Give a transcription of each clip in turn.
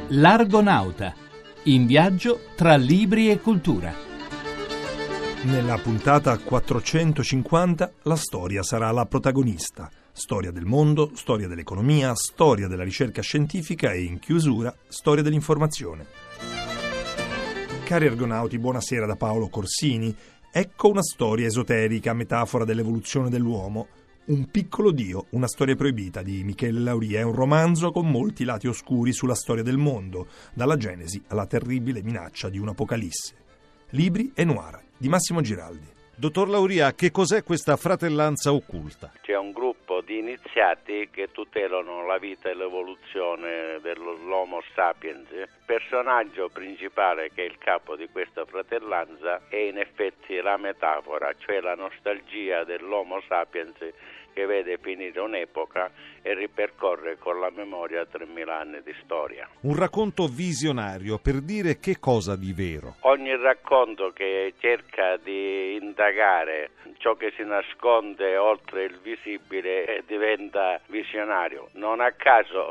L'Argonauta, in viaggio tra libri e cultura. Nella puntata 450 la storia sarà la protagonista. Storia del mondo, storia dell'economia, storia della ricerca scientifica e, in chiusura, storia dell'informazione. Cari argonauti, buonasera da Paolo Corsini. Ecco una storia esoterica, metafora dell'evoluzione dell'uomo. Un piccolo Dio, una storia proibita di Michele Lauria è un romanzo con molti lati oscuri sulla storia del mondo, dalla Genesi alla terribile minaccia di un'Apocalisse. Libri e Noir di Massimo Giraldi. Dottor Lauria, che cos'è questa fratellanza occulta? C'è un gruppo di iniziati che tutelano la vita e l'evoluzione dell'Homo sapiens. Il personaggio principale, che è il capo di questa fratellanza, è in effetti la metafora, cioè la nostalgia dell'Homo sapiens che vede finire un'epoca e ripercorre con la memoria 3000 anni di storia. Un racconto visionario per dire che cosa di vero? Ogni racconto che cerca di indagare ciò che si nasconde oltre il visibile diventa visionario. Non a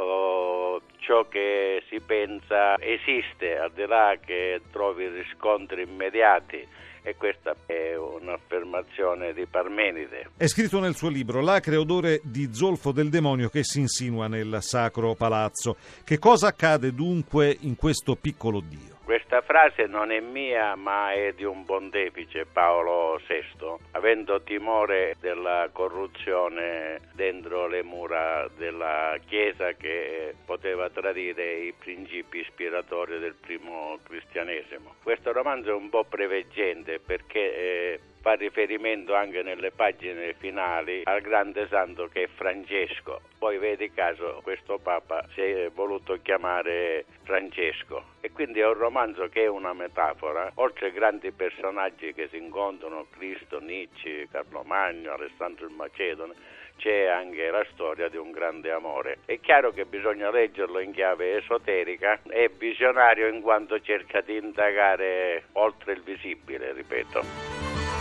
caso ciò che si pensa esiste, al di là che trovi riscontri immediati. E questa è un'affermazione di Parmenide. È scritto nel suo libro L'acre odore di zolfo del demonio che si insinua nel sacro palazzo. Che cosa accade dunque in questo piccolo Dio? Questa frase non è mia, ma è di un pontefice, Paolo VI, avendo timore della corruzione dentro le mura della Chiesa che poteva tradire i principi ispiratori del primo cristianesimo. Questo romanzo è un po' preveggente perché fa riferimento anche nelle pagine finali al grande santo che è Francesco. Poi vedi caso questo Papa si è voluto chiamare Francesco e quindi è un romanzo che è una metafora. Oltre ai grandi personaggi che si incontrano, Cristo, Nietzsche, Carlo Magno, Alessandro il Macedone, c'è anche la storia di un grande amore. È chiaro che bisogna leggerlo in chiave esoterica, è visionario in quanto cerca di indagare oltre il visibile, ripeto.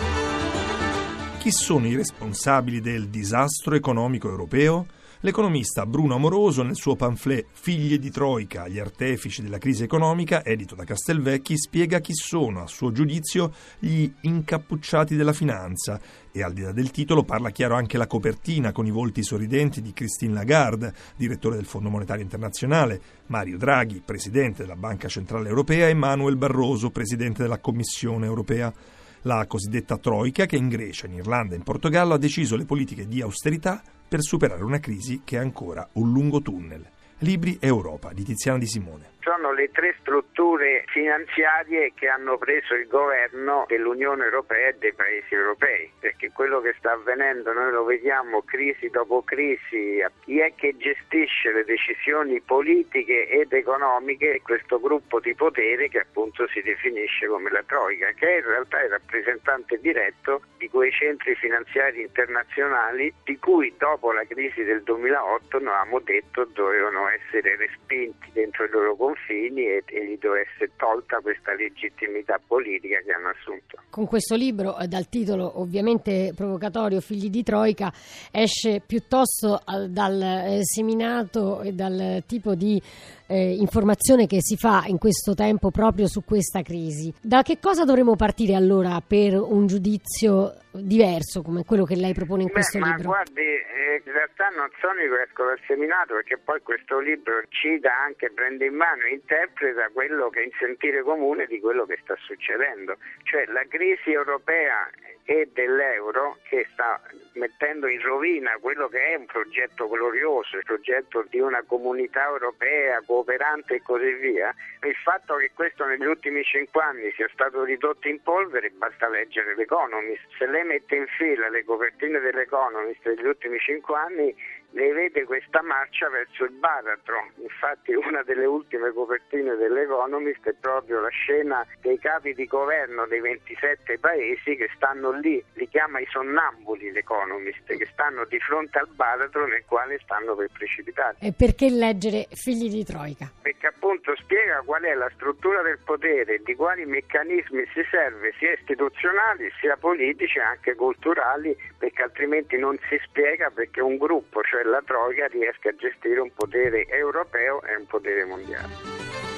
Chi sono i responsabili del disastro economico europeo? L'economista Bruno Amoroso, nel suo pamphlet Figli di Troika, gli artefici della crisi economica, edito da Castelvecchi, spiega chi sono, a suo giudizio, gli incappucciati della finanza. E al di là del titolo parla chiaro anche la copertina, con i volti sorridenti di Christine Lagarde, direttore del Fondo Monetario Internazionale, Mario Draghi, presidente della Banca Centrale Europea, e Manuel Barroso, presidente della Commissione Europea. La cosiddetta Troika, che in Grecia, in Irlanda e in Portogallo ha deciso le politiche di austerità per superare una crisi che è ancora un lungo tunnel. Libri e Europa di Tiziana Di Simone. Sono le tre strutture finanziarie che hanno preso il governo dell'Unione Europea e dei paesi europei, perché quello che sta avvenendo noi lo vediamo crisi dopo crisi. Chi è che gestisce le decisioni politiche ed economiche è questo gruppo di potere che appunto si definisce come la Troika, che è in realtà il rappresentante diretto di quei centri finanziari internazionali di cui dopo la crisi del 2008 noi avevamo detto dovevano essere respinti dentro i loro confini e gli deve essere tolta questa legittimità politica che hanno assunto. Con questo libro, dal titolo ovviamente provocatorio, Figli di Troika, esce piuttosto dal seminato e dal tipo di informazione che si fa in questo tempo proprio su questa crisi. Da che cosa dovremmo partire allora per un giudizio diverso come quello che lei propone in questo libro? Ma guardi, in realtà non sono io che esco dal seminato, perché poi questo libro ci dà anche, prende in mano e interpreta quello che è in sentire comune di quello che sta succedendo, cioè la crisi europea e dell'euro che sta mettendo in rovina quello che è un progetto glorioso, il progetto di una comunità europea cooperante e così via. Il fatto che questo negli ultimi 5 anni sia stato ridotto in polvere basta leggere l'Economist. Se lei mette in fila le copertine dell'Economist degli ultimi 5 anni lei vede questa marcia verso il baratro. Infatti una delle ultime copertine dell'Economist è proprio la scena dei capi di governo dei 27 paesi che stanno lì, li chiama i sonnambuli l'Economist, che stanno di fronte al baratro nel quale stanno per precipitare. E perché leggere Figli di Troika? Perché appunto spiega qual è la struttura del potere e di quali meccanismi si serve, sia istituzionali sia politici e anche culturali, perché altrimenti non si spiega perché un gruppo, cioè la Troika, riesca a gestire un potere europeo e un potere mondiale.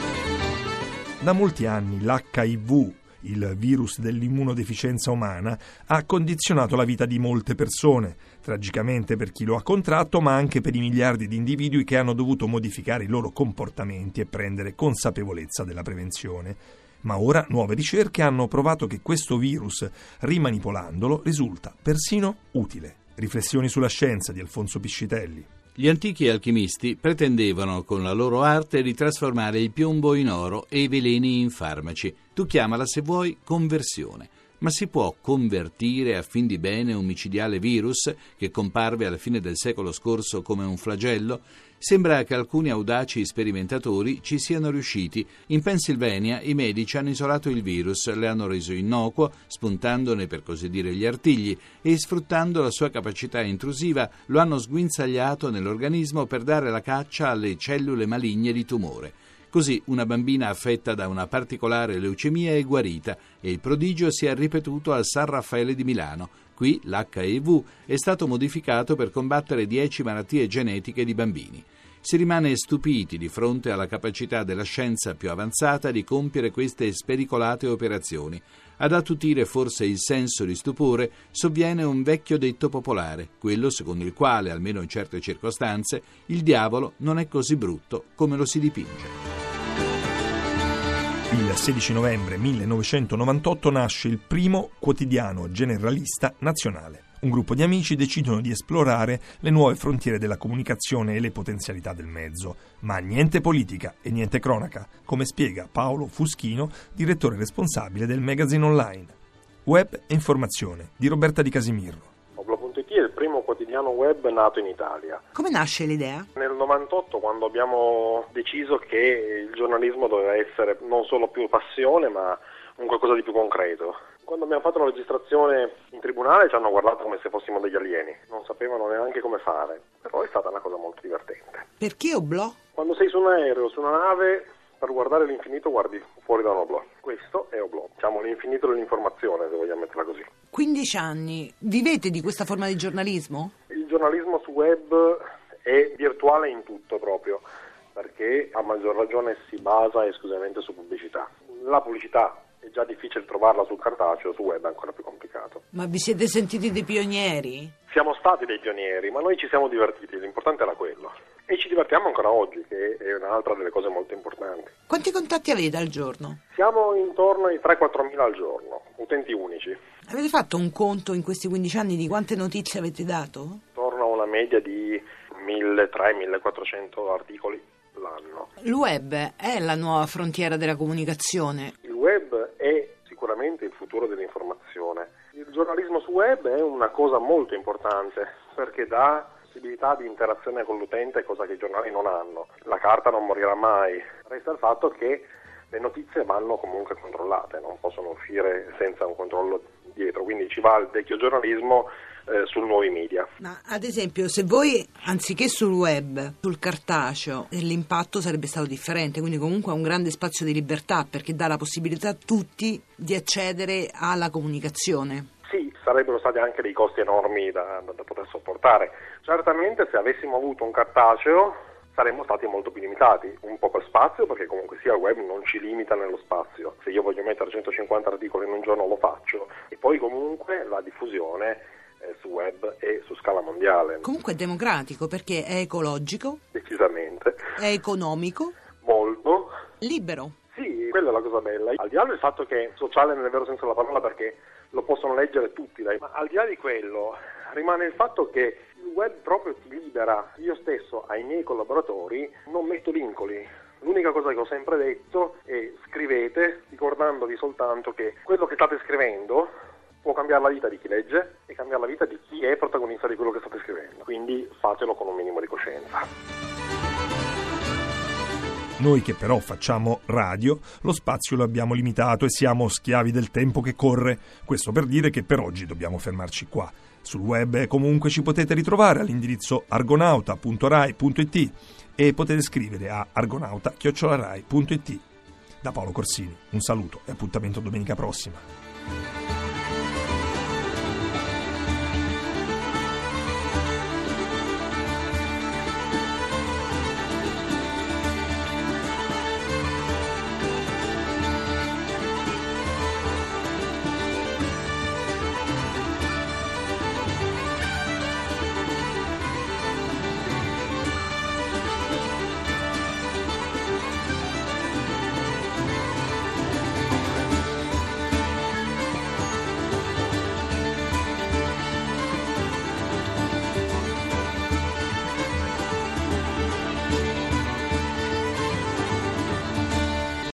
Da molti anni l'HIV, il virus dell'immunodeficienza umana, ha condizionato la vita di molte persone, tragicamente per chi lo ha contratto, ma anche per i miliardi di individui che hanno dovuto modificare i loro comportamenti e prendere consapevolezza della prevenzione. Ma ora nuove ricerche hanno provato che questo virus, rimanipolandolo, risulta persino utile. Riflessioni sulla scienza di Alfonso Piscitelli. Gli antichi alchimisti pretendevano con la loro arte di trasformare il piombo in oro e i veleni in farmaci. Tu chiamala, se vuoi, conversione. Ma si può convertire a fin di bene un micidiale virus che comparve alla fine del secolo scorso come un flagello? Sembra che alcuni audaci sperimentatori ci siano riusciti. In Pennsylvania i medici hanno isolato il virus, le hanno reso innocuo, spuntandone per così dire gli artigli, e sfruttando la sua capacità intrusiva lo hanno sguinzagliato nell'organismo per dare la caccia alle cellule maligne di tumore. Così una bambina affetta da una particolare leucemia è guarita e il prodigio si è ripetuto al San Raffaele di Milano. Qui l'HIV è stato modificato per combattere 10 malattie genetiche di bambini. Si rimane stupiti di fronte alla capacità della scienza più avanzata di compiere queste spericolate operazioni. Ad attutire forse il senso di stupore sovviene un vecchio detto popolare, quello secondo il quale, almeno in certe circostanze, il diavolo non è così brutto come lo si dipinge. Il 16 novembre 1998 nasce il primo quotidiano generalista nazionale. Un gruppo di amici decidono di esplorare le nuove frontiere della comunicazione e le potenzialità del mezzo. Ma niente politica e niente cronaca, come spiega Paolo Fuschino, direttore responsabile del magazine online. Web e informazione, di Roberta Di Casimiro. Oblo.it è il primo quotidiano web nato in Italia. Come nasce l'idea? Nel 98, quando abbiamo deciso che il giornalismo doveva essere non solo più passione, ma un qualcosa di più concreto. Quando abbiamo fatto la registrazione in tribunale ci hanno guardato come se fossimo degli alieni, non sapevano neanche come fare, però è stata una cosa molto divertente. Perché oblò? Quando sei su un aereo, su una nave, per guardare l'infinito guardi fuori da un oblò. Questo è oblò, diciamo l'infinito dell'informazione, se vogliamo metterla così. 15 anni, vivete di questa forma di giornalismo? Il giornalismo su web è virtuale in tutto proprio, perché a maggior ragione si basa esclusivamente su pubblicità. La pubblicità è già difficile trovarla sul cartaceo, su web è ancora più complicato. Ma vi siete sentiti dei pionieri? Siamo stati dei pionieri, ma noi ci siamo divertiti, l'importante era quello. E ci divertiamo ancora oggi, che è un'altra delle cose molto importanti. Quanti contatti avete al giorno? Siamo intorno ai 3-4 mila al giorno, utenti unici. Avete fatto un conto in questi 15 anni di quante notizie avete dato? Intorno a una media di 1.300-1.400 articoli l'anno. Il web è la nuova frontiera della comunicazione. Il web è sicuramente il futuro dell'informazione. Il giornalismo su web è una cosa molto importante perché dà possibilità di interazione con l'utente, cosa che i giornali non hanno. La carta non morirà mai. Resta il fatto che le notizie vanno comunque controllate, non possono uscire senza un controllo dietro, quindi ci va il vecchio giornalismo sul nuovi media. Ma ad esempio, se voi anziché sul web, sul cartaceo, l'impatto sarebbe stato differente, quindi comunque ha un grande spazio di libertà perché dà la possibilità a tutti di accedere alla comunicazione. Sì, sarebbero stati anche dei costi enormi da poter sopportare. Certamente se avessimo avuto un cartaceo saremmo stati molto più limitati, un po' per spazio, perché comunque sia il web non ci limita nello spazio. Se io voglio mettere 150 articoli in un giorno lo faccio, e poi comunque la diffusione su web e su scala mondiale. Comunque è democratico perché è ecologico. Decisamente. È economico. Molto. Libero. Sì, quella è la cosa bella. Al di là del fatto che è sociale nel vero senso della parola perché lo possono leggere tutti, ma al di là di quello rimane il fatto che il web proprio ti libera. Io stesso ai miei collaboratori non metto vincoli. L'unica cosa che ho sempre detto è scrivete ricordandovi soltanto che quello che state scrivendo può cambiare la vita di chi legge e cambiare la vita di chi è protagonista di quello che state scrivendo. Quindi fatelo con un minimo di coscienza. Noi che però facciamo radio, lo spazio lo abbiamo limitato e siamo schiavi del tempo che corre. Questo per dire che per oggi dobbiamo fermarci qua. Sul web comunque ci potete ritrovare all'indirizzo argonauta.rai.it e potete scrivere a argonauta@rai.it. Da Paolo Corsini, un saluto e appuntamento domenica prossima.